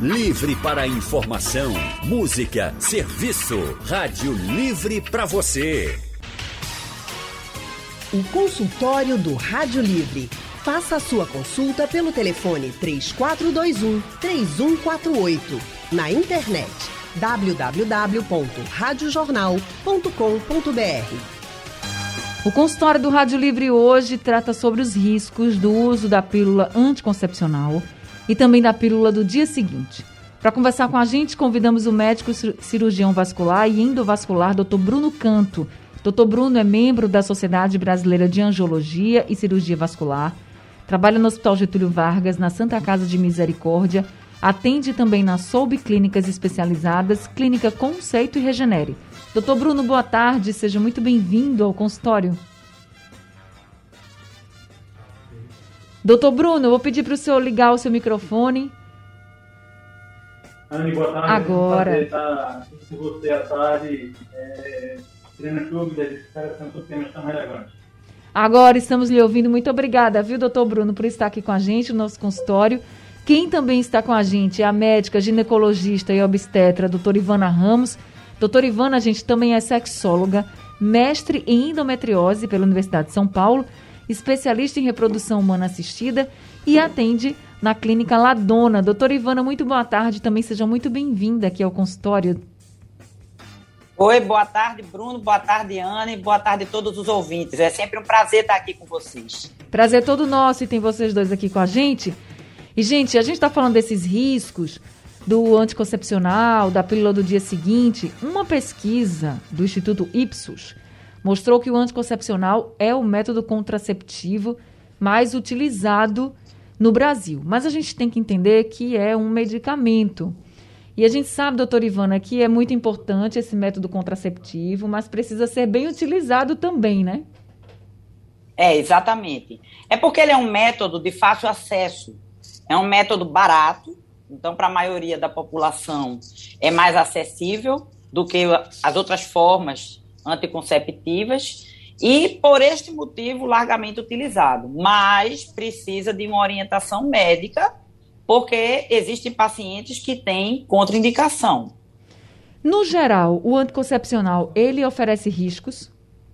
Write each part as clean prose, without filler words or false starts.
Livre para informação, música, serviço. Rádio Livre para você. O consultório do Rádio Livre. Faça a sua consulta pelo telefone 3421-3148. Na internet www.radiojornal.com.br. O consultório do Rádio Livre hoje trata sobre os riscos do uso da pílula anticoncepcional e também da pílula do dia seguinte. Para conversar com a gente, convidamos o médico cirurgião vascular e endovascular, Dr. Bruno Canto. Dr. Bruno é membro da Sociedade Brasileira de Angiologia e Cirurgia Vascular, trabalha no Hospital Getúlio Vargas, na Santa Casa de Misericórdia, atende também na Soube Clínicas Especializadas, Clínica Conceito e Regenere. Dr. Bruno, boa tarde, seja muito bem-vindo ao consultório. Dr. Bruno, eu vou pedir para o senhor ligar o seu microfone. Anne, boa tarde. Agora. É um prazer estar com você à tarde, tirando dúvidas e esclarecendo sobre temas tão relevantes. Agora estamos lhe ouvindo. Muito obrigada, viu, doutor Bruno, por estar aqui com a gente no nosso consultório. Quem também está com a gente é a médica, ginecologista e obstetra, doutora Ivana Ramos. Doutora Ivana, a gente também é sexóloga, mestre em endometriose pela Universidade de São Paulo, especialista em reprodução humana assistida e atende na Clínica Ladona. Doutora Ivana, muito boa tarde. Também seja muito bem-vinda aqui ao consultório. Oi, boa tarde, Bruno, boa tarde, Anne, boa tarde a todos os ouvintes. É sempre um prazer estar aqui com vocês. Prazer todo nosso e tem vocês dois aqui com a gente. E, gente, a gente está falando desses riscos do anticoncepcional, da pílula do dia seguinte. Uma pesquisa do Instituto Ipsos mostrou que o anticoncepcional é o método contraceptivo mais utilizado no Brasil. Mas a gente tem que entender que é um medicamento. E a gente sabe, doutora Ivana, que é muito importante esse método contraceptivo, mas precisa ser bem utilizado também, né? É, exatamente. É porque ele é um método de fácil acesso. É um método barato, então para a maioria da população é mais acessível do que as outras formas anticonceptivas e, por este motivo, largamente utilizado. Mas precisa de uma orientação médica, porque existem pacientes que têm contraindicação. No geral, o anticoncepcional, ele oferece riscos?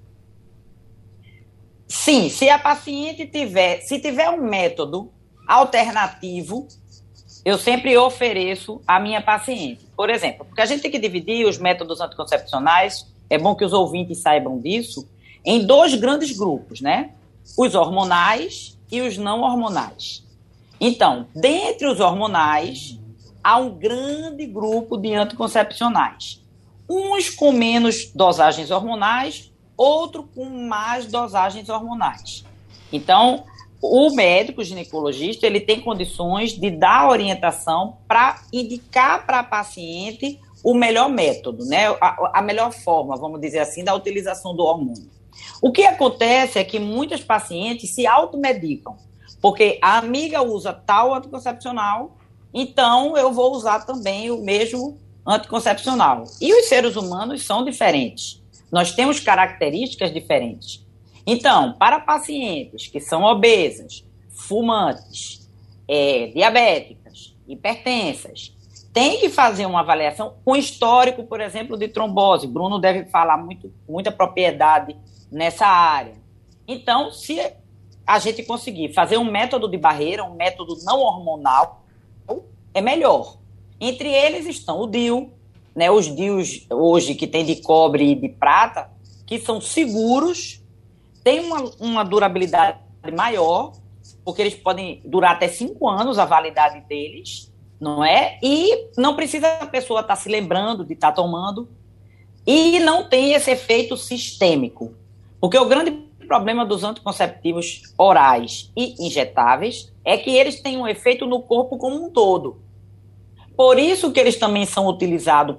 Sim, se a paciente tiver um método alternativo, eu sempre ofereço à minha paciente. Por exemplo, porque a gente tem que dividir os métodos anticoncepcionais, é bom que os ouvintes saibam disso, em dois grandes grupos, né? Os hormonais e os não hormonais. Então, dentre os hormonais, há um grande grupo de anticoncepcionais. Uns com menos dosagens hormonais, outro com mais dosagens hormonais. Então, o médico ginecologista, ele tem condições de dar orientação para indicar para a paciente o melhor método, né? A melhor forma, vamos dizer assim, da utilização do hormônio. O que acontece é que muitas pacientes se automedicam, porque a amiga usa tal anticoncepcional, então eu vou usar também o mesmo anticoncepcional. E os seres humanos são diferentes. Nós temos características diferentes. Então, para pacientes que são obesas, fumantes, diabéticas, hipertensas, tem que fazer uma avaliação com histórico, por exemplo, de trombose. Bruno deve falar muita propriedade nessa área. Então, se a gente conseguir fazer um método de barreira, um método não hormonal, é melhor. Entre eles estão o DIU, né, os DIUs hoje que tem de cobre e de prata, que são seguros, têm uma durabilidade maior, porque eles podem durar até 5 anos a validade deles, não é? E não precisa a pessoa estar se lembrando de estar tomando, e não tem esse efeito sistêmico, porque o grande problema dos anticonceptivos orais e injetáveis é que eles têm um efeito no corpo como um todo. Por isso que eles também são utilizados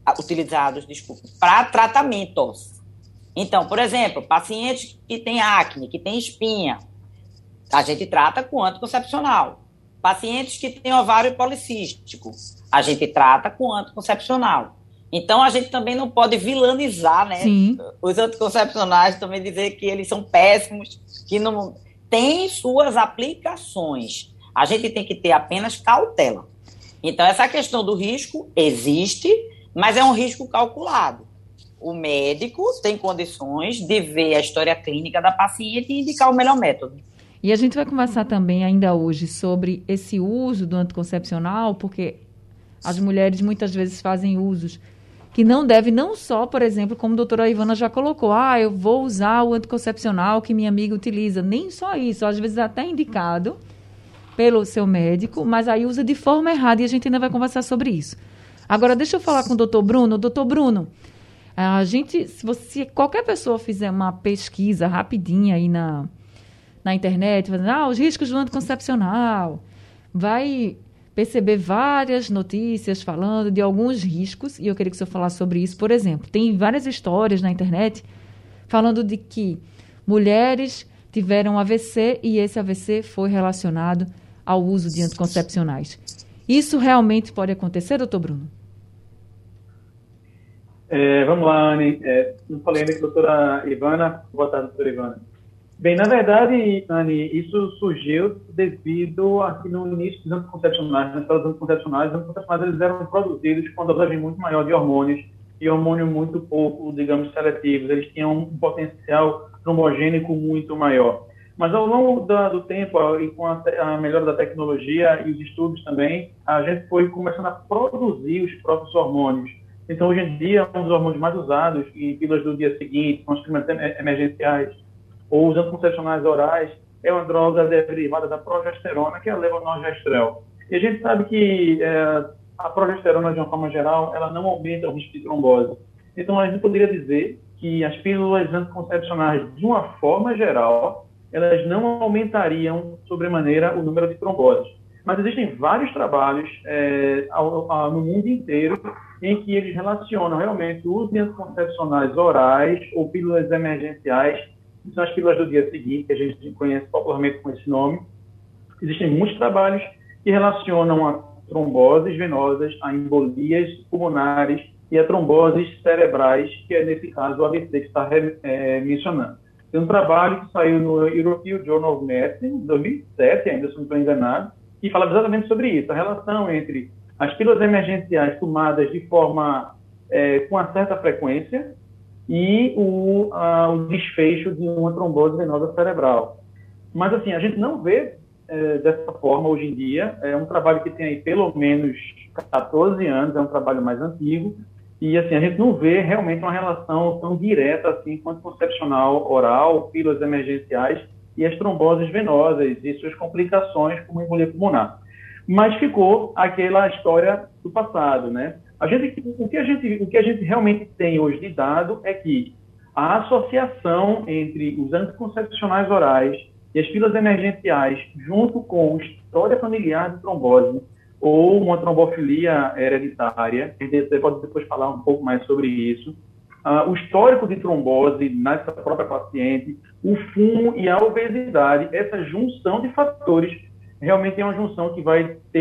para tratamentos. Então, por exemplo, pacientes que têm acne, que têm espinha, a gente trata com anticoncepcional. Pacientes que têm ovário policístico, a gente trata com anticoncepcional. Então, a gente também não pode vilanizar, né? Sim. Os anticoncepcionais, também dizer que eles são péssimos, que não têm suas aplicações. A gente tem que ter apenas cautela. Então, essa questão do risco existe, mas é um risco calculado. O médico tem condições de ver a história clínica da paciente e indicar o melhor método. E a gente vai conversar também ainda hoje sobre esse uso do anticoncepcional, porque as mulheres muitas vezes fazem usos que não devem, não só, por exemplo, como a doutora Ivana já colocou, eu vou usar o anticoncepcional que minha amiga utiliza. Nem só isso, às vezes até indicado pelo seu médico, mas aí usa de forma errada e a gente ainda vai conversar sobre isso. Agora, deixa eu falar com o doutor Bruno. Doutor Bruno, se qualquer pessoa fizer uma pesquisa rapidinha aí na internet, fazendo, os riscos do anticoncepcional, vai perceber várias notícias falando de alguns riscos, e eu queria que o senhor falasse sobre isso. Por exemplo, tem várias histórias na internet falando de que mulheres tiveram AVC e esse AVC foi relacionado ao uso de anticoncepcionais. Isso realmente pode acontecer, doutor Bruno? Vamos lá, Anne. Não falei ainda com a doutora Ivana. Boa tarde, doutora Ivana. Bem, na verdade, Anne, isso surgiu devido a que no início dos anticoncepcionais, os anticoncepcionais eles eram produzidos com uma dosagem muito maior de hormônios, e hormônio muito pouco, digamos, seletivos. Eles tinham um potencial trombogênico muito maior. Mas ao longo do tempo, e com a melhora da tecnologia e os estudos também, a gente foi começando a produzir os próprios hormônios. Então, hoje em dia, um dos hormônios mais usados em pílulas do dia seguinte, com os tratamentos emergenciais, ou os anticoncepcionais orais, é uma droga derivada da progesterona, que é a levonorgestrel. E a gente sabe que a progesterona, de uma forma geral, ela não aumenta o risco de trombose. Então, a gente poderia dizer que as pílulas anticoncepcionais, de uma forma geral, elas não aumentariam sobremaneira o número de tromboses. Mas existem vários trabalhos no mundo inteiro em que eles relacionam realmente o uso de anticoncepcionais orais ou pílulas emergenciais, que são as pílulas do dia seguinte, que a gente conhece popularmente com esse nome. Existem muitos trabalhos que relacionam a tromboses venosas, a embolias pulmonares e a tromboses cerebrais, que é, nesse caso, o AVC que está mencionando. Tem um trabalho que saiu no European Journal of Medicine, em 2007, ainda se não estou enganado, que fala exatamente sobre isso, a relação entre as pílulas emergenciais tomadas de forma com uma certa frequência e o desfecho de uma trombose venosa cerebral. Mas, assim, a gente não vê dessa forma hoje em dia. É um trabalho que tem aí pelo menos 14 anos, é um trabalho mais antigo, e, assim, a gente não vê realmente uma relação tão direta assim com anticoncepcional oral, pílulas emergenciais e as tromboses venosas e suas complicações como embolia pulmonar. Mas ficou aquela história do passado, né? O que a gente realmente tem hoje de dado é que a associação entre os anticoncepcionais orais e as pílulas emergenciais, junto com história familiar de trombose ou uma trombofilia hereditária, a gente pode depois falar um pouco mais sobre isso, o histórico de trombose nessa própria paciente, o fumo e a obesidade, essa junção de fatores realmente é uma junção que vai ter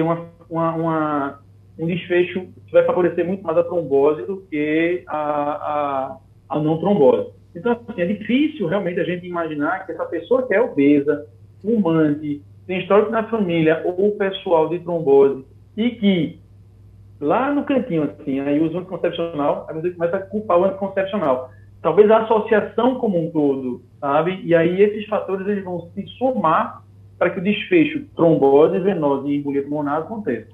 um desfecho que vai favorecer muito mais a trombose do que a não trombose. Então, assim, é difícil realmente a gente imaginar que essa pessoa que é obesa, fumante, tem histórico na família ou pessoal de trombose e que lá no cantinho, assim, aí usa o anticoncepcional, aí você começa a culpar o anticoncepcional. Talvez a associação como um todo, sabe? E aí esses fatores eles vão se somar para que o desfecho trombose venosa e embolia pulmonar aconteça.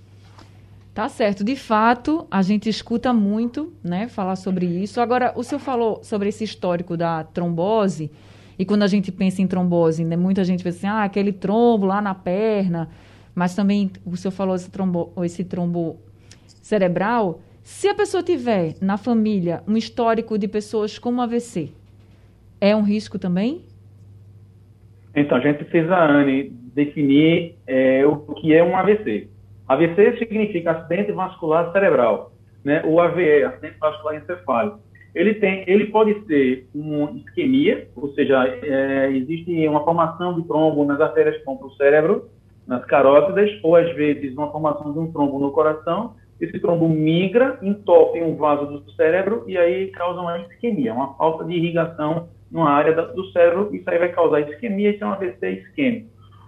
Tá certo. De fato, a gente escuta muito, né, falar sobre isso. Agora, o senhor falou sobre esse histórico da trombose, e quando a gente pensa em trombose, né, muita gente pensa assim, aquele trombo lá na perna, mas também o senhor falou esse trombo cerebral. Se a pessoa tiver na família um histórico de pessoas com AVC, é um risco também? Então, a gente precisa, Anne, definir o que é um AVC. AVC significa acidente vascular cerebral, né? O AVE, acidente vascular encefálico. Ele pode ser uma isquemia, ou seja, existe uma formação de trombo nas artérias que vão para o cérebro, nas carótidas, ou às vezes uma formação de um trombo no coração. Esse trombo migra, entope um vaso do cérebro e aí causa uma isquemia, uma falta de irrigação numa área do cérebro. Isso aí vai causar isquemia, isso é um AVC isquêmico.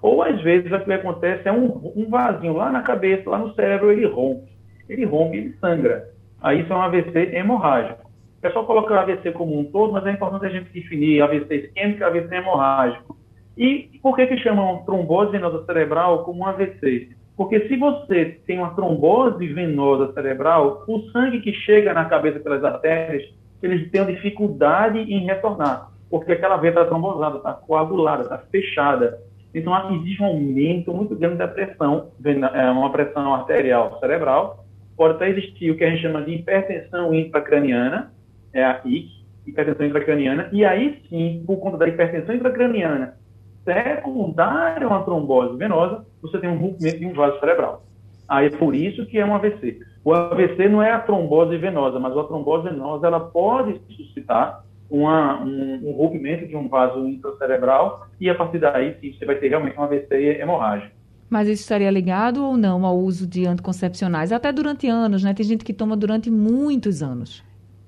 Ou, às vezes, o que acontece é um vasinho lá na cabeça, lá no cérebro, ele rompe, ele sangra. Aí isso é um AVC hemorrágico. O pessoal coloca AVC como um todo, mas é importante a gente definir AVC isquêmico e AVC hemorrágico. E por que chamam trombose venosa cerebral como um AVC? Porque se você tem uma trombose venosa cerebral, o sangue que chega na cabeça pelas artérias, eles têm dificuldade em retornar, porque aquela veia está trombosada, está coagulada, está fechada. Então, existe um aumento muito grande da pressão, uma pressão arterial cerebral. Pode até existir o que a gente chama de hipertensão intracraniana, é a IC, hipertensão intracraniana, e aí sim, por conta da hipertensão intracraniana secundária a uma trombose venosa, você tem um rompimento de um vaso cerebral. Aí é por isso que é um AVC. O AVC não é a trombose venosa, mas a trombose venosa ela pode suscitar um rompimento de um vaso intracerebral e a partir daí sim, você vai ter realmente um AVC hemorrágico. Mas isso estaria ligado ou não ao uso de anticoncepcionais? Até durante anos, né? Tem gente que toma durante muitos anos.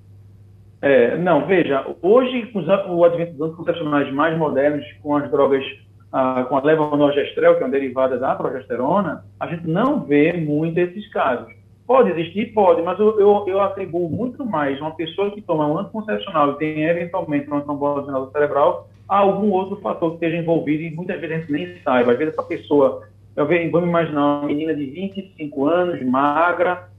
Não, veja, hoje com o advento dos anticoncepcionais mais modernos, com as drogas, com a levonorgestrel, que é uma derivada da progesterona, a gente não vê muito esses casos. Pode existir? Pode, mas eu atribuo muito mais uma pessoa que toma um anticoncepcional e tem eventualmente uma trombose venosa cerebral a algum outro fator que esteja envolvido e muitas vezes a gente nem saiba. Às vezes essa pessoa, vamos imaginar uma menina de 25 anos, magra,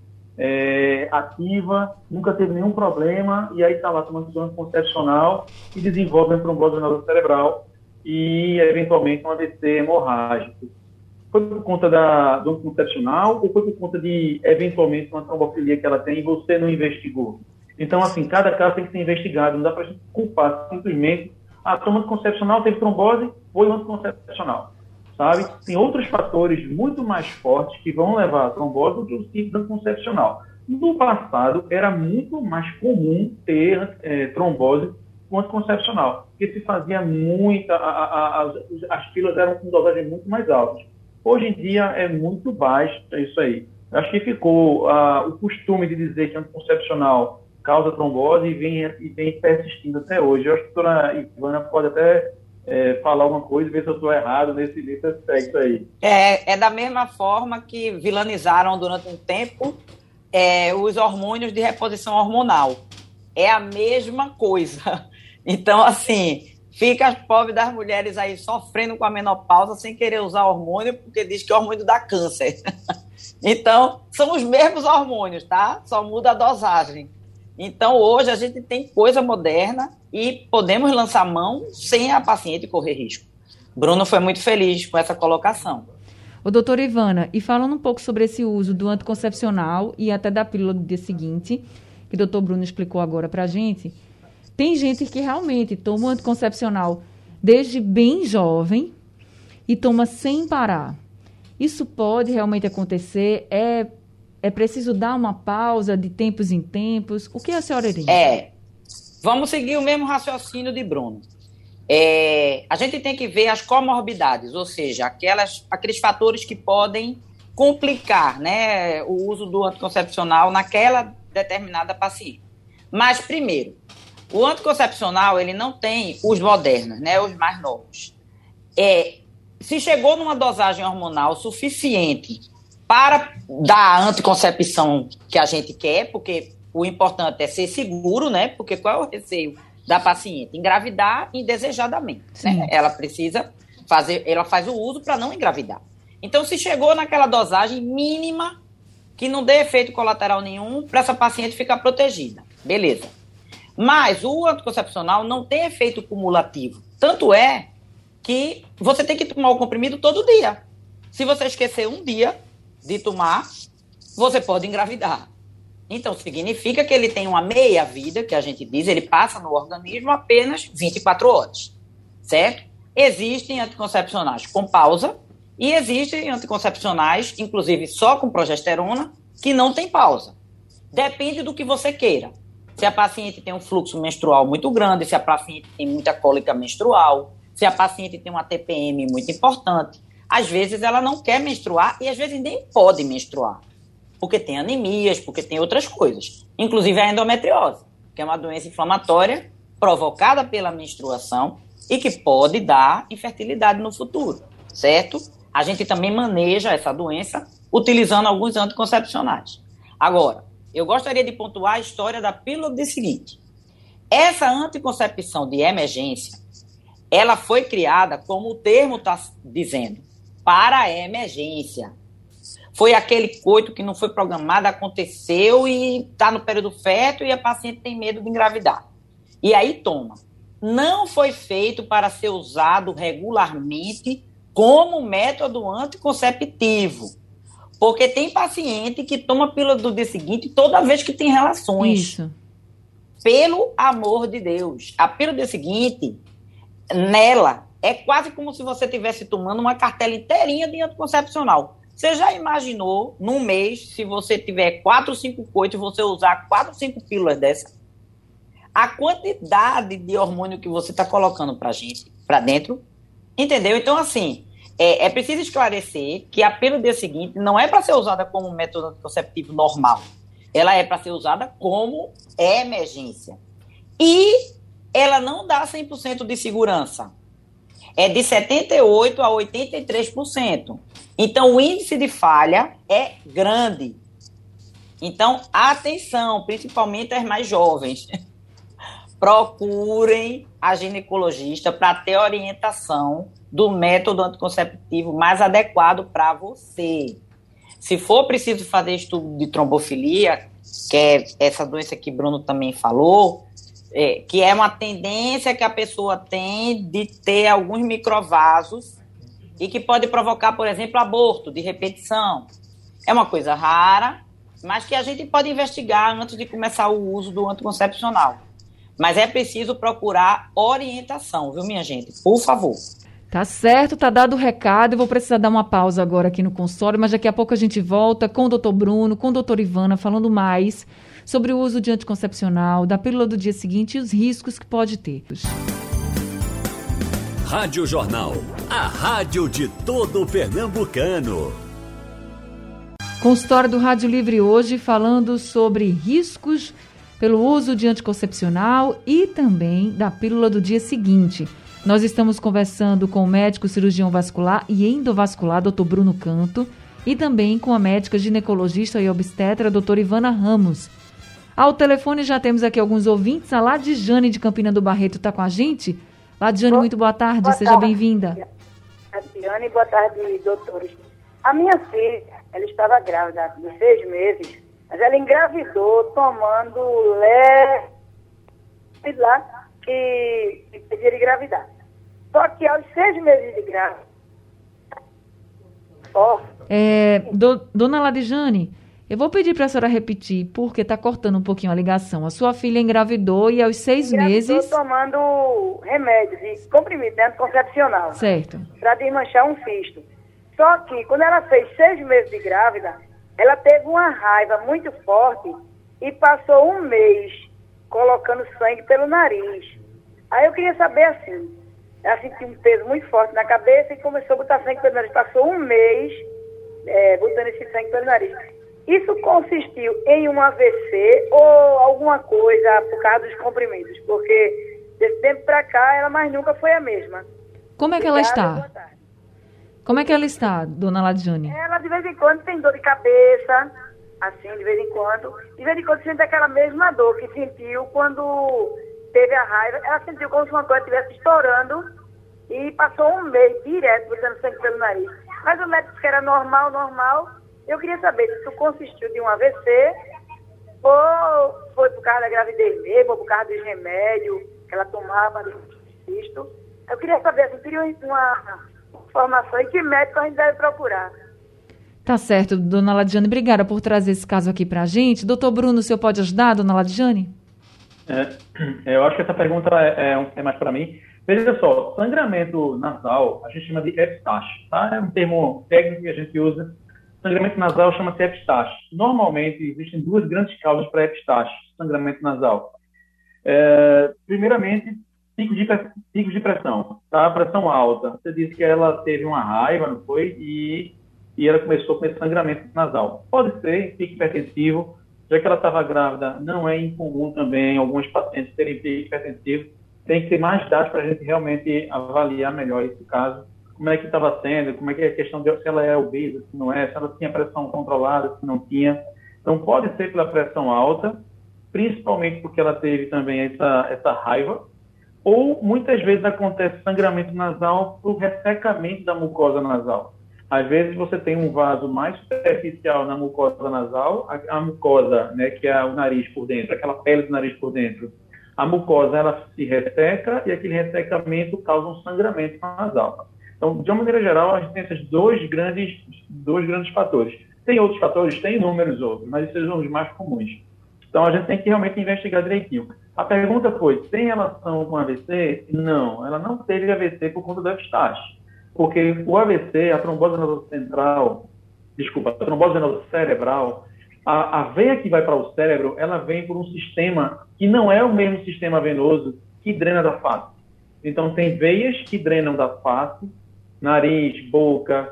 ativa, nunca teve nenhum problema, e aí está lá tomando um anticoncepcional e desenvolve uma trombose venosa cerebral e, eventualmente, um AVC hemorrágico. Foi por conta do anticoncepcional ou foi por conta de, eventualmente, uma trombofilia que ela tem e você não investigou? Então, assim, cada caso tem que ser investigado, não dá para a gente culpar simplesmente, toma anticoncepcional, teve trombose, foi um anticoncepcional. Sabe? Tem outros fatores muito mais fortes que vão levar a trombose do que o tipo anticoncepcional. No passado, era muito mais comum ter trombose com anticoncepcional, porque se fazia muita, as pílulas eram com dosagem muito mais altas. Hoje em dia é muito baixo isso aí. Acho que ficou o costume de dizer que anticoncepcional causa trombose e vem persistindo até hoje. Eu acho que a doutora Ivana pode até falar alguma coisa e ver se eu estou errado nesse aspecto aí. É da mesma forma que vilanizaram durante um tempo os hormônios de reposição hormonal. É a mesma coisa. Então, assim, fica as pobres das mulheres aí sofrendo com a menopausa sem querer usar hormônio, porque diz que o hormônio dá câncer. Então, são os mesmos hormônios, tá? Só muda a dosagem. Então, hoje a gente tem coisa moderna e podemos lançar mão sem a paciente correr risco. Bruno foi muito feliz com essa colocação. Ô, doutora Ivana, e falando um pouco sobre esse uso do anticoncepcional e até da pílula do dia seguinte, que o doutor Bruno explicou agora pra gente, tem gente que realmente toma o anticoncepcional desde bem jovem e toma sem parar. Isso pode realmente acontecer? É preciso dar uma pausa de tempos em tempos? O que a senhora orienta? Vamos seguir o mesmo raciocínio de Bruno. A gente tem que ver as comorbidades, ou seja, aqueles fatores que podem complicar, né, o uso do anticoncepcional naquela determinada paciente. Mas, primeiro, o anticoncepcional ele não tem os modernos, né, os mais novos. Se chegou numa dosagem hormonal suficiente para dar a anticoncepção que a gente quer, porque o importante é ser seguro, né? Porque qual é o receio da paciente? Engravidar indesejadamente. Né? Ela faz o uso para não engravidar. Então, se chegou naquela dosagem mínima, que não dê efeito colateral nenhum, para essa paciente ficar protegida. Beleza. Mas o anticoncepcional não tem efeito cumulativo. Tanto é que você tem que tomar o comprimido todo dia. Se você esquecer um dia de tomar, você pode engravidar. Então, significa que ele tem uma meia-vida, que a gente diz, ele passa no organismo apenas 24 horas, certo? Existem anticoncepcionais com pausa e existem anticoncepcionais, inclusive só com progesterona, que não tem pausa. Depende do que você queira. Se a paciente tem um fluxo menstrual muito grande, se a paciente tem muita cólica menstrual, se a paciente tem uma TPM muito importante, às vezes ela não quer menstruar e às vezes nem pode menstruar. Porque tem anemias, porque tem outras coisas. Inclusive a endometriose, que é uma doença inflamatória provocada pela menstruação e que pode dar infertilidade no futuro. certo? A gente também maneja essa doença utilizando alguns anticoncepcionais. Agora, eu gostaria de pontuar a história da pílula do seguinte. Essa anticoncepção de emergência, ela foi criada, como o termo está dizendo, para a emergência. Foi aquele coito que não foi programado, aconteceu e está no período fértil e a paciente tem medo de engravidar. E aí toma. Não foi feito para ser usado regularmente como método anticonceptivo. Porque tem paciente que toma pílula do dia seguinte toda vez que tem relações. Isso. Pelo amor de Deus. A pílula do dia seguinte, nela, é quase como se você estivesse tomando uma cartela inteirinha de anticoncepcional. Você já imaginou, num mês, se você tiver 4 ou 5 coitos, você usar 4 ou 5 pílulas dessa? A quantidade de hormônio que você está colocando para dentro, entendeu? Então, assim, é preciso esclarecer que a pílula do dia seguinte não é para ser usada como método anticonceptivo normal. Ela é para ser usada como emergência. E ela não dá 100% de segurança. É de 78% a 83%. Então, o índice de falha é grande. Então, atenção, principalmente as mais jovens. Procurem a ginecologista para ter orientação do método anticonceptivo mais adequado para você. Se for preciso fazer estudo de trombofilia, que é essa doença que Bruno também falou, que é uma tendência que a pessoa tem de ter alguns microvasos e que pode provocar, por exemplo, aborto de repetição. É uma coisa rara, mas que a gente pode investigar antes de começar o uso do anticoncepcional. Mas é preciso procurar orientação, viu, minha gente? Por favor. Tá certo, tá dado o recado. Eu vou precisar dar uma pausa agora aqui no consultório, mas daqui a pouco a gente volta com o doutor Bruno, com a doutora Ivana, falando mais sobre o uso de anticoncepcional, da pílula do dia seguinte e os riscos que pode ter. Rádio Jornal, a rádio de todo pernambucano. Consultório do Rádio Livre hoje falando sobre riscos pelo uso de anticoncepcional e também da pílula do dia seguinte. Nós estamos conversando com o médico cirurgião vascular e endovascular, Dr. Bruno Canto, e também com a médica ginecologista e obstetra, doutora Ivana Ramos. Ao telefone já temos aqui alguns ouvintes. A Ladjane de Campina do Barreto está com a gente. Ladjane, muito boa tarde, seja bem-vinda. Ladjane, boa tarde, doutores. A minha filha, ela estava grávida de 6 meses, mas ela engravidou tomando lá que impedia de engravidar. Só que aos 6 meses de grávida... Dona Ladjane, eu vou pedir para a senhora repetir, porque está cortando um pouquinho a ligação. A sua filha engravidou e aos 6 meses... tomando remédios e comprimido, anticoncepcional. Certo. Para desmanchar um cisto. Só que quando ela fez 6 meses de grávida, ela teve uma raiva muito forte e passou 1 mês colocando sangue pelo nariz. Aí eu queria saber assim, ela sentiu um peso muito forte na cabeça e começou a botar sangue pelo nariz. Passou 1 mês botando esse sangue pelo nariz. Isso consistiu em um AVC ou alguma coisa por causa dos comprimidos? Porque desse tempo para cá ela mais nunca foi a mesma. Como é que ela está? Como é que ela está, dona Ladjane? Ela de vez em quando tem dor de cabeça, assim, de vez em quando. De vez em quando sente aquela mesma dor que sentiu quando teve a raiva. Ela sentiu como se uma coisa estivesse estourando e passou 1 mês direto botando sangue pelo nariz. Mas o médico disse que era normal. Eu queria saber se isso consistiu de um AVC ou foi por causa da gravidez mesmo, ou por causa dos remédios que ela tomava, disso. Eu queria saber, assim, queria uma informação e que médico a gente deve procurar. Tá certo, dona Ladjane. Obrigada por trazer esse caso aqui pra gente. Doutor Bruno, o senhor pode ajudar, dona Ladjane? Eu acho que essa pergunta é mais para mim. Veja só, sangramento nasal a gente chama de epistaxe, tá? É um termo técnico que a gente usa. Sangramento nasal chama-se epistaxe. Normalmente, existem 2 grandes causas para epistaxe, sangramento nasal. Primeiramente, picos de pressão, tá? Pressão alta. Você disse que ela teve uma raiva, não foi? E ela começou com esse sangramento nasal. Pode ser pico hipertensivo, já que ela estava grávida, não é incomum também alguns pacientes terem pico hipertensivo. Tem que ter mais dados para a gente realmente avaliar melhor esse caso como é que estava sendo, como é que é a questão de se ela é obesa, se não é, se ela tinha pressão controlada, se não tinha. Então, pode ser pela pressão alta, principalmente porque ela teve também essa raiva, ou muitas vezes acontece sangramento nasal por ressecamento da mucosa nasal. Às vezes você tem um vaso mais superficial na mucosa nasal, a mucosa, né, que é o nariz por dentro, aquela pele do nariz por dentro, a mucosa ela se resseca e aquele ressecamento causa um sangramento nasal. Então, de uma maneira geral, a gente tem esses dois grandes fatores. Tem outros fatores, tem inúmeros outros, mas esses são os mais comuns. Então, a gente tem que realmente investigar direitinho. A pergunta foi, tem relação com AVC? Não, ela não teve AVC por conta do epistaxe. Porque o AVC, a trombose venosa cerebral, a veia que vai para o cérebro, ela vem por um sistema que não é o mesmo sistema venoso que drena da face. Então, tem veias que drenam da face, nariz, boca,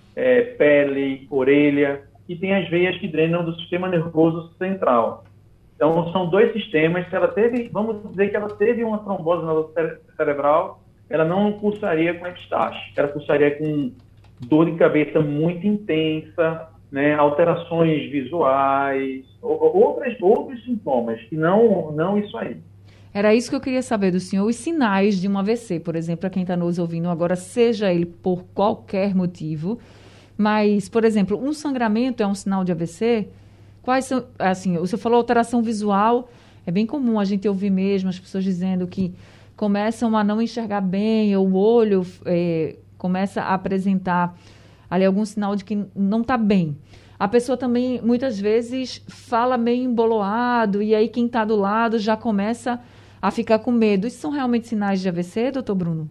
pele, orelha, e tem as veias que drenam do sistema nervoso central. Então, são dois sistemas. Se ela teve, vamos dizer que ela teve uma trombose venosa cerebral, ela não cursaria com epistaxe, ela cursaria com dor de cabeça muito intensa, né, alterações visuais, outros sintomas, que não isso aí. Era isso que eu queria saber do senhor, os sinais de um AVC, por exemplo, para quem está nos ouvindo agora, seja ele por qualquer motivo, mas, por exemplo, um sangramento é um sinal de AVC? Quais são, assim, você falou alteração visual, é bem comum a gente ouvir mesmo as pessoas dizendo que começam a não enxergar bem, ou o olho começa a apresentar ali algum sinal de que não está bem. A pessoa também, muitas vezes, fala meio emboloado, e aí quem está do lado já começa a ficar com medo. Isso são realmente sinais de AVC, doutor Bruno?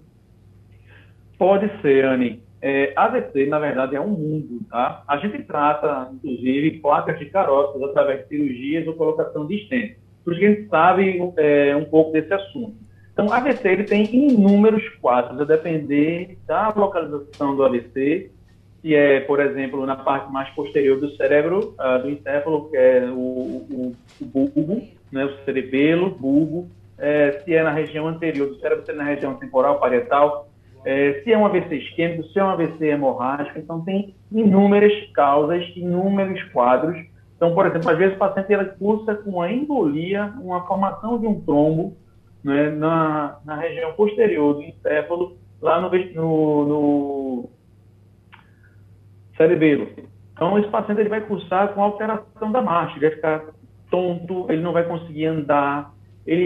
Pode ser, Anny. AVC, na verdade, é um mundo, tá? A gente trata, inclusive, placas de carótidas através de cirurgias ou colocação de stent. Por isso que a gente sabe um pouco desse assunto. Então, AVC ele tem inúmeros quadros, a depender da localização do AVC, que é, por exemplo, na parte mais posterior do cérebro, do encéfalo, que é o bulbo, né, o cerebelo, bulbo, se é na região anterior do cérebro, se é na região temporal, parietal, se é um AVC isquêmico, se é um AVC hemorrágico. Então, tem inúmeras causas, inúmeros quadros. Então, por exemplo, às vezes o paciente ela cursa com uma embolia, uma formação de um trombo, né, na região posterior do encéfalo, lá no cerebelo. Então, esse paciente ele vai cursar com alteração da marcha, ele vai ficar tonto, ele não vai conseguir andar,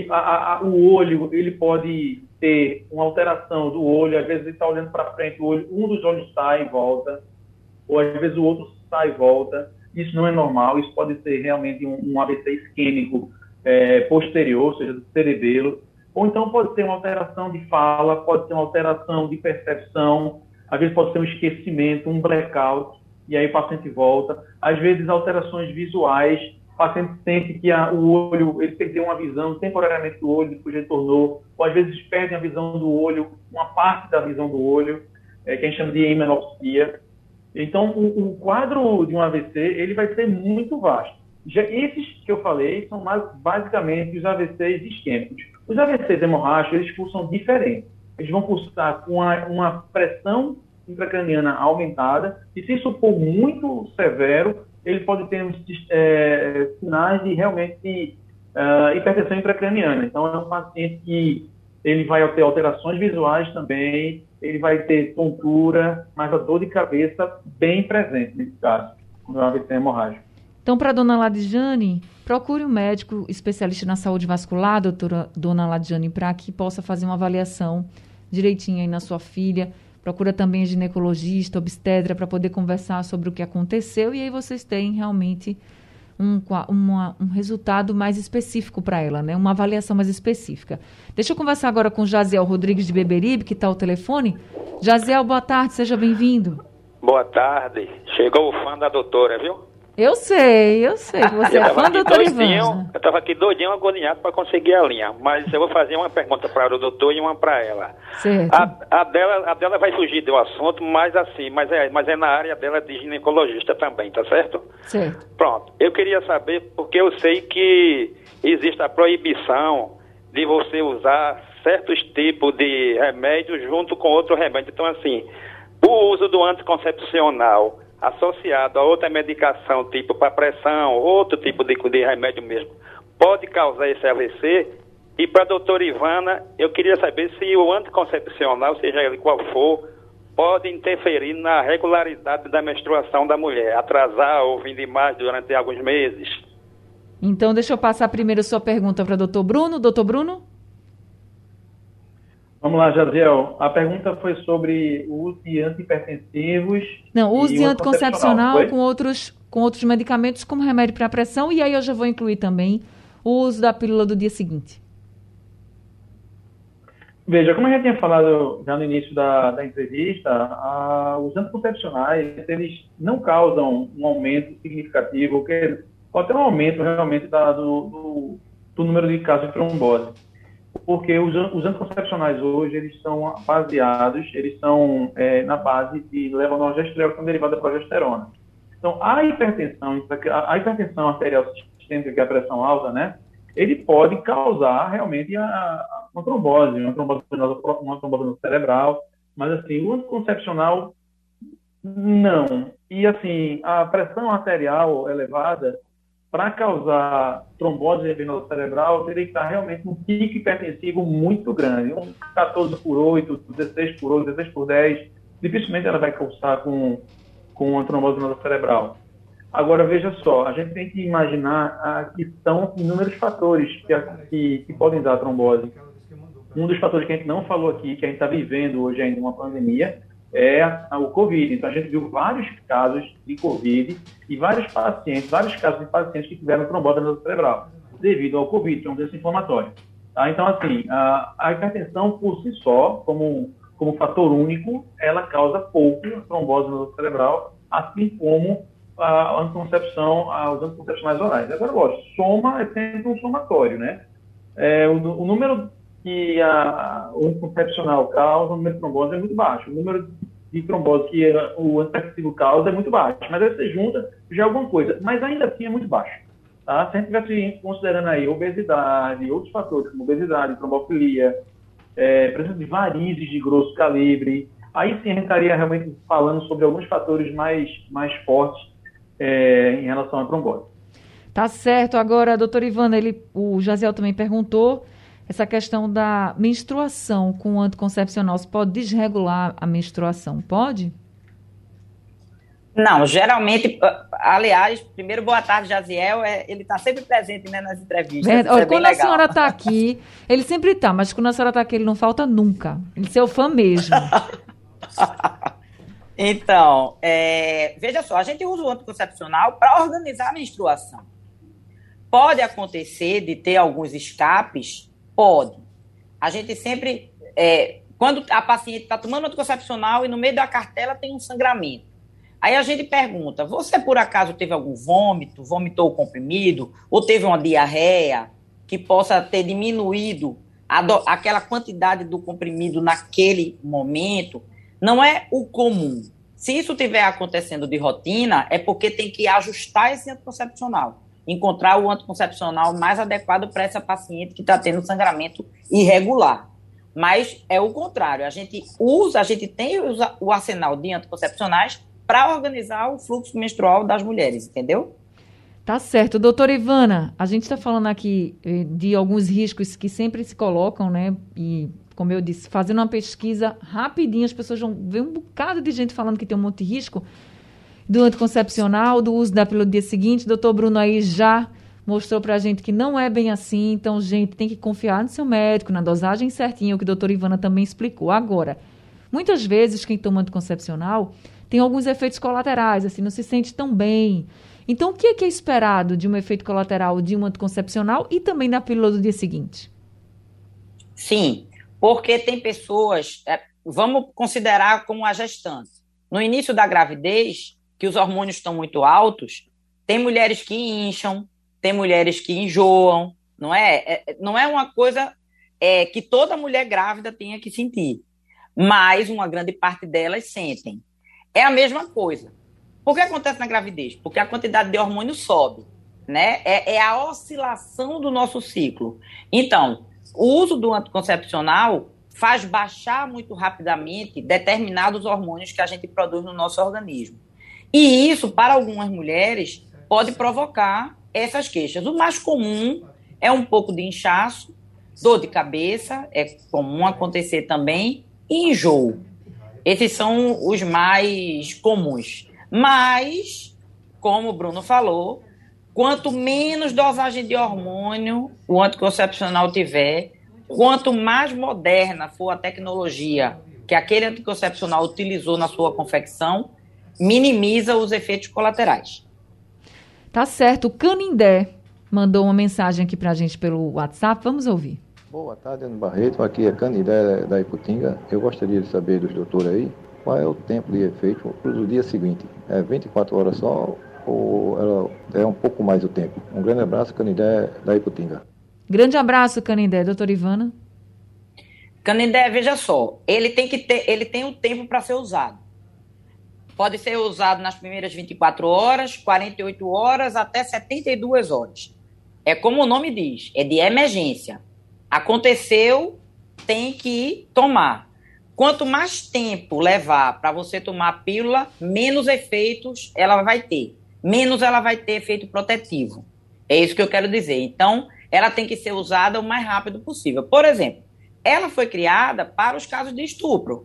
o olho, ele pode ter uma alteração do olho, às vezes ele está olhando para frente, um dos olhos sai e volta, ou às vezes o outro sai e volta. Isso não é normal, isso pode ser realmente um AVC isquêmico posterior, ou seja, do cerebelo, ou então pode ser uma alteração de fala, pode ser uma alteração de percepção, às vezes pode ser um esquecimento, um blackout, e aí o paciente volta. Às vezes alterações visuais, o paciente sente que o olho, ele perdeu uma visão temporariamente do olho, depois retornou, ou às vezes perde a visão do olho, uma parte da visão do olho, que a gente chama de hemenopsia. Então, o quadro de um AVC, ele vai ser muito vasto. Esses que eu falei são basicamente os AVCs isquêmicos. Os AVCs hemorrágicos, eles cursam diferentes. Eles vão cursar com uma pressão intracraniana aumentada, e se isso for muito severo, ele pode ter sinais de realmente hipertensão intracraniana. Então, é um paciente que ele vai ter alterações visuais também, ele vai ter tontura, mas a dor de cabeça bem presente nesse caso, quando é um AVC hemorrágico. Então, para a dona Ladjane, procure um médico especialista na saúde vascular, doutora dona Ladjane, para que possa fazer uma avaliação direitinho aí na sua filha. Procura também ginecologista, obstetra, para poder conversar sobre o que aconteceu, e aí vocês têm realmente um resultado mais específico para ela, né? Uma avaliação mais específica. Deixa eu conversar agora com o Jaziel Rodrigues de Beberibe, que está ao telefone. Jaziel, boa tarde, seja bem-vindo. Boa tarde. Chegou o fã da doutora, viu? Eu sei que você é fã da doutora Ivana. Eu estava aqui doidinho, agoniado para conseguir a linha, mas eu vou fazer uma pergunta para o doutor e uma para ela. Certo. A dela vai fugir do assunto, mas é na área dela de ginecologista também, tá certo? Certo. Pronto. Eu queria saber, porque eu sei que existe a proibição de você usar certos tipos de remédios junto com outro remédio. Então, assim, o uso do anticoncepcional associado a outra medicação, tipo para pressão, outro tipo de remédio mesmo, pode causar esse AVC? E para a doutora Ivana, eu queria saber se o anticoncepcional, seja ele qual for, pode interferir na regularidade da menstruação da mulher, atrasar ou vir demais durante alguns meses. Então, deixa eu passar primeiro a sua pergunta para o doutor Bruno. Doutor Bruno? Vamos lá, Jaziel. A pergunta foi sobre o uso de antihipertensivos. Não, o uso de anticoncepcional com outros medicamentos como remédio para pressão, e aí eu já vou incluir também o uso da pílula do dia seguinte. Veja, como eu já tinha falado já no início da entrevista, os anticoncepcionais, eles não causam um aumento significativo, pode ter um aumento realmente do número de casos de trombose. Porque os anticoncepcionais hoje, eles são baseados, eles são na base de levonorgestrel, que são derivados da progesterona. Então, a hipertensão arterial sistêmica, que é a pressão alta, né? Ele pode causar realmente uma trombose venosa cerebral, mas assim, o anticoncepcional não. E assim, a pressão arterial elevada, para causar trombose venosa cerebral, teria que estar realmente um pico hipertensivo muito grande, um 14/8, 16/8, 16/10, dificilmente ela vai causar com uma trombose venosa cerebral. Agora, veja só, a gente tem que imaginar que são inúmeros fatores que podem dar trombose. Um dos fatores que a gente não falou aqui, que a gente está vivendo hoje ainda uma pandemia, é o Covid. Então, a gente viu vários casos de Covid e vários casos de pacientes que tiveram trombose venosa cerebral, devido ao Covid, que é um doença inflamatória. Tá? Então, assim, a hipertensão por si só, como fator único, ela causa pouco trombose venosa cerebral, assim como a anticoncepção, os anticoncepcionais orais. Agora, lógico, soma é sempre um somatório, né? O número que o anticoncepcional causa, o número de trombose é muito baixo. O número de trombose que o anticonceptivo causa é muito baixo. Mas aí você junta, já é alguma coisa. Mas ainda assim é muito baixo. Tá? Se a gente estivesse considerando aí obesidade, outros fatores como obesidade, trombofilia, presença de varizes de grosso calibre, aí sim a gente estaria realmente falando sobre alguns fatores mais fortes em relação à trombose. Tá certo. Agora, doutora Ivana, o Jaziel também perguntou essa questão da menstruação com o anticoncepcional. Se pode desregular a menstruação? Pode? Não, geralmente, aliás, primeiro, boa tarde, Jaziel, ele está sempre presente, né, nas entrevistas. Quando a senhora está aqui, ele sempre está, mas quando a senhora está aqui, ele não falta nunca. Ele é seu fã mesmo. Então, veja só, a gente usa o anticoncepcional para organizar a menstruação. Pode acontecer de ter alguns escapes? Pode. A gente sempre, quando a paciente está tomando anticoncepcional e no meio da cartela tem um sangramento, aí a gente pergunta, você por acaso teve algum vômito, vomitou o comprimido, ou teve uma diarreia que possa ter diminuído aquela quantidade do comprimido naquele momento? Não é o comum. Se isso estiver acontecendo de rotina, é porque tem que ajustar esse anticoncepcional, encontrar o anticoncepcional mais adequado para essa paciente que está tendo sangramento irregular. Mas é o contrário, a gente tem o arsenal de anticoncepcionais para organizar o fluxo menstrual das mulheres, entendeu? Tá certo. Doutora Ivana, a gente está falando aqui de alguns riscos que sempre se colocam, né? E, como eu disse, fazendo uma pesquisa rapidinho, as pessoas vão ver um bocado de gente falando que tem um monte de risco do anticoncepcional, do uso da pílula do dia seguinte. O doutor Bruno aí já mostrou pra gente que não é bem assim. Então, gente, tem que confiar no seu médico, na dosagem certinha, o que a doutora Ivana também explicou. Agora, muitas vezes quem toma anticoncepcional tem alguns efeitos colaterais, assim, não se sente tão bem. Então, o que é esperado de um efeito colateral de um anticoncepcional e também da pílula do dia seguinte? Sim, porque tem pessoas, vamos considerar como a gestante. No início da gravidez, que os hormônios estão muito altos, tem mulheres que incham, tem mulheres que enjoam, não é? Não é uma coisa que toda mulher grávida tenha que sentir, mas uma grande parte delas sentem. É a mesma coisa. Por que acontece na gravidez? Porque a quantidade de hormônio sobe, né? É a oscilação do nosso ciclo. Então, o uso do anticoncepcional faz baixar muito rapidamente determinados hormônios que a gente produz no nosso organismo. E isso, para algumas mulheres, pode provocar essas queixas. O mais comum é um pouco de inchaço, dor de cabeça, é comum acontecer também, e enjoo. Esses são os mais comuns. Mas, como o Bruno falou, quanto menos dosagem de hormônio o anticoncepcional tiver, quanto mais moderna for a tecnologia que aquele anticoncepcional utilizou na sua confecção, minimiza os efeitos colaterais. Tá certo. O Canindé mandou uma mensagem aqui pra gente pelo WhatsApp. Vamos ouvir. Boa tarde, Ana Barreto. Aqui é Canindé da Iputinga. Eu gostaria de saber dos doutores aí qual é o tempo de efeito para o dia seguinte. É 24 horas só ou é um pouco mais o tempo? Um grande abraço, Canindé da Iputinga. Grande abraço, Canindé. Doutora Ivana? Canindé, veja só, ele tem o tempo para ser usado. Pode ser usado nas primeiras 24 horas, 48 horas, até 72 horas. É como o nome diz, é de emergência. Aconteceu, tem que tomar. Quanto mais tempo levar para você tomar a pílula, menos efeitos ela vai ter. Menos ela vai ter efeito protetivo. É isso que eu quero dizer. Então, ela tem que ser usada o mais rápido possível. Por exemplo, ela foi criada para os casos de estupro.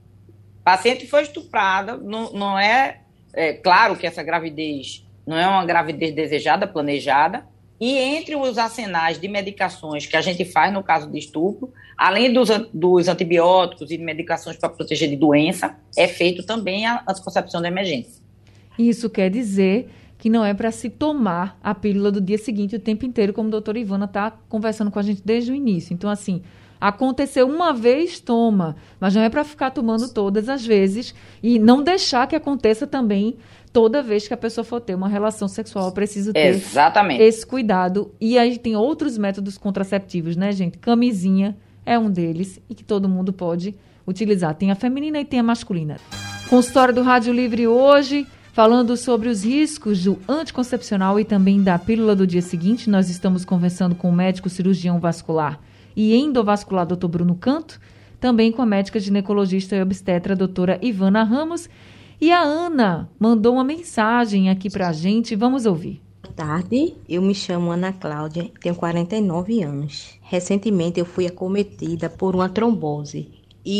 A paciente foi estuprada, não é claro que essa gravidez não é uma gravidez desejada, planejada, e entre os arsenais de medicações que a gente faz no caso de estupro, além dos antibióticos e de medicações para proteger de doença, é feito também a anticoncepção de emergência. Isso quer dizer que não é para se tomar a pílula do dia seguinte o tempo inteiro, como a doutora Ivana está conversando com a gente desde o início. Então, assim, aconteceu uma vez, toma, mas não é para ficar tomando todas as vezes e não deixar que aconteça também toda vez que a pessoa for ter uma relação sexual. Preciso ter Exatamente. Esse cuidado. E aí tem outros métodos contraceptivos, né, gente? Camisinha é um deles e que todo mundo pode utilizar. Tem a feminina e tem a masculina. Consultório do Rádio Livre hoje, falando sobre os riscos do anticoncepcional e também da pílula do dia seguinte. Nós estamos conversando com o médico cirurgião vascular e endovascular, Dr. Bruno Canto, também com a médica ginecologista e obstetra, doutora Ivana Ramos. E a Ana mandou uma mensagem aqui pra gente, vamos ouvir. Boa tarde, eu me chamo Ana Cláudia, tenho 49 anos. Recentemente eu fui acometida por uma trombose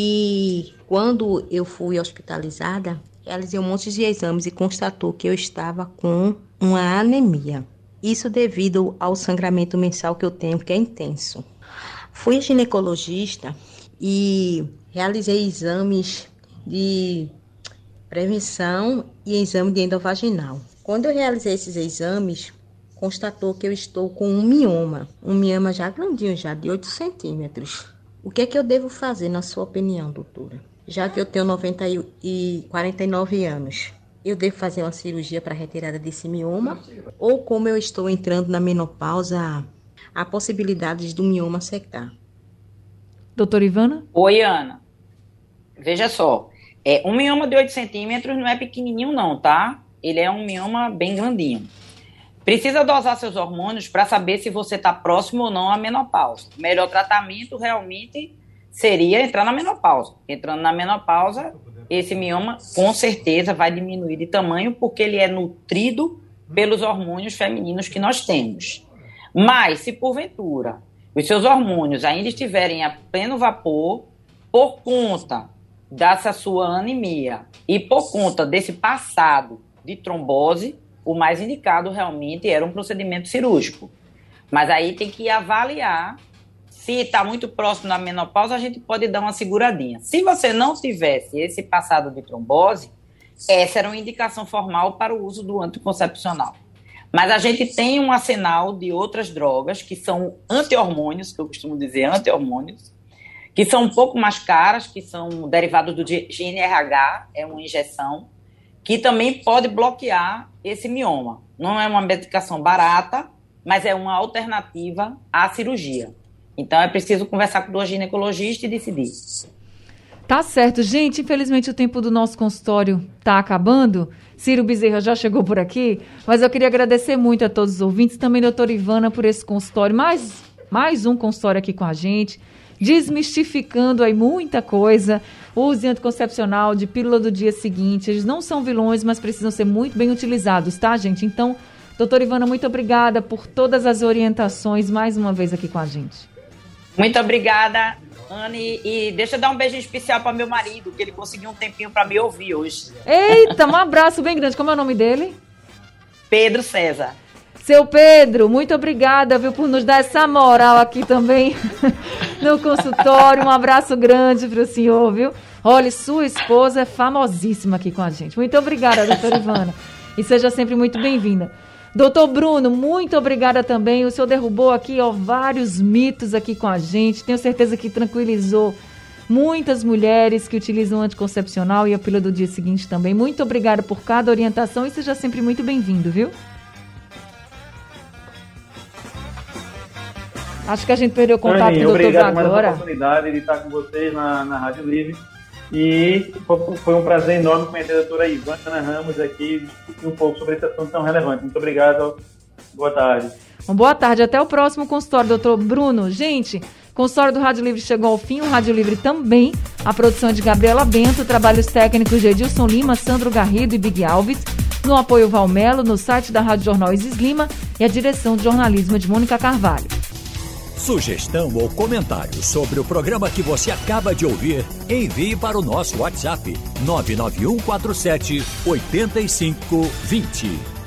e quando eu fui hospitalizada, realizei um monte de exames e constatou que eu estava com uma anemia. Isso devido ao sangramento mensal que eu tenho, que é intenso. Fui ginecologista e realizei exames de prevenção e exame de endovaginal. Quando eu realizei esses exames, constatou que eu estou com um mioma já grandinho, já de 8 centímetros. O que é que eu devo fazer, na sua opinião, doutora? Já que eu tenho 49 anos, eu devo fazer uma cirurgia para retirada desse mioma? Ou como eu estou entrando na menopausa, há possibilidades do mioma secar? Doutora Ivana? Oi, Ana. Veja só, um mioma de 8 centímetros não é pequenininho não, tá? Ele é um mioma bem grandinho. Precisa dosar seus hormônios para saber se você está próximo ou não à menopausa. O melhor tratamento realmente seria entrar na menopausa. Entrando na menopausa, esse mioma com certeza vai diminuir de tamanho porque ele é nutrido pelos hormônios femininos que nós temos. Mas, se porventura os seus hormônios ainda estiverem a pleno vapor, por conta dessa sua anemia e por conta desse passado de trombose, o mais indicado realmente era um procedimento cirúrgico. Mas aí tem que avaliar. Se está muito próximo da menopausa, a gente pode dar uma seguradinha. Se você não tivesse esse passado de trombose, essa era uma indicação formal para o uso do anticoncepcional. Mas a gente tem um arsenal de outras drogas que são anti-hormônios, que eu costumo dizer anti-hormônios, que são um pouco mais caras, que são derivados do GnRH, é uma injeção, que também pode bloquear esse mioma. Não é uma medicação barata, mas é uma alternativa à cirurgia. Então, é preciso conversar com o ginecologista e decidir. Tá certo. Gente, infelizmente o tempo do nosso consultório tá acabando. Ciro Bezerra já chegou por aqui, mas eu queria agradecer muito a todos os ouvintes, também a doutora Ivana por esse consultório, mais um consultório aqui com a gente. desmistificando aí muita coisa. Use anticoncepcional de pílula do dia seguinte. Eles não são vilões, mas precisam ser muito bem utilizados, tá, gente? Então, doutora Ivana, muito obrigada por todas as orientações mais uma vez aqui com a gente. Muito obrigada, Anne. E deixa eu dar um beijo especial para meu marido, que ele conseguiu um tempinho para me ouvir hoje. Eita, um abraço bem grande. Como é o nome dele? Pedro César. Seu Pedro, muito obrigada, viu, por nos dar essa moral aqui também no consultório. Um abraço grande para o senhor, viu? Olha, sua esposa é famosíssima aqui com a gente. Muito obrigada, doutora Ivana. E seja sempre muito bem-vinda. Doutor Bruno, muito obrigada também. O senhor derrubou aqui, vários mitos aqui com a gente. Tenho certeza que tranquilizou muitas mulheres que utilizam anticoncepcional e a pílula do dia seguinte também. Muito obrigada por cada orientação e seja sempre muito bem-vindo, viu? Acho que a gente perdeu o contato com o doutor agora. Obrigado pela oportunidade de estar com vocês na Rádio Livre. E foi um prazer enorme conhecer a doutora Ivana Ramos aqui, discutir um pouco sobre esse assunto tão relevante. Muito obrigado. Boa tarde. Boa tarde. Até o próximo consultório, doutor Bruno. Gente, o consultório do Rádio Livre chegou ao fim, o Rádio Livre também. A produção é de Gabriela Bento, trabalhos técnicos de Edilson Lima, Sandro Garrido e Big Alves. No apoio Valmelo, no site da Rádio Jornal Isis Lima e a direção de jornalismo é de Mônica Carvalho. Sugestão ou comentário sobre o programa que você acaba de ouvir, envie para o nosso WhatsApp 99147 8520.